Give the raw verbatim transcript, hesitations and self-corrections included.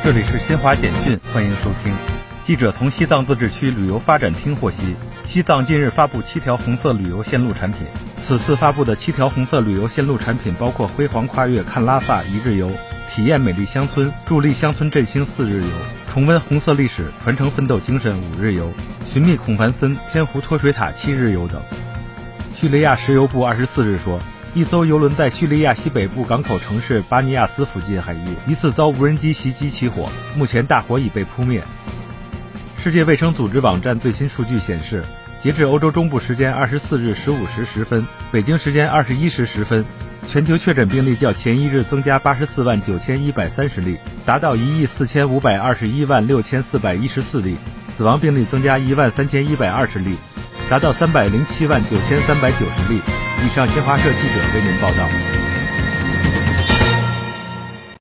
这里是新华简讯，欢迎收听。记者从西藏自治区旅游发展厅获悉，西藏近日发布七条红色旅游线路产品。此次发布的七条红色旅游线路产品包括辉煌跨越看拉萨一日游、体验美丽乡村、助力乡村振兴四日游、重温红色历史、传承奋斗精神五日游、寻觅孔凡森、天湖脱水塔七日游等。叙利亚石油部二十四日说，一艘油轮在叙利亚西北部港口城市巴尼亚斯附近海域疑似遭无人机袭击起火，目前大火已被扑灭。世界卫生组织网站最新数据显示，截至欧洲中部时间二十四日十五时十分，北京时间二十一时十分，全球确诊病例较前一日增加八十四万九千一百三十例，达到一亿四千五百二十一万六千四百一十四例，死亡病例增加一万三千一百二十例，达到三百零七万九千三百九十例。以上新华社记者为您报道。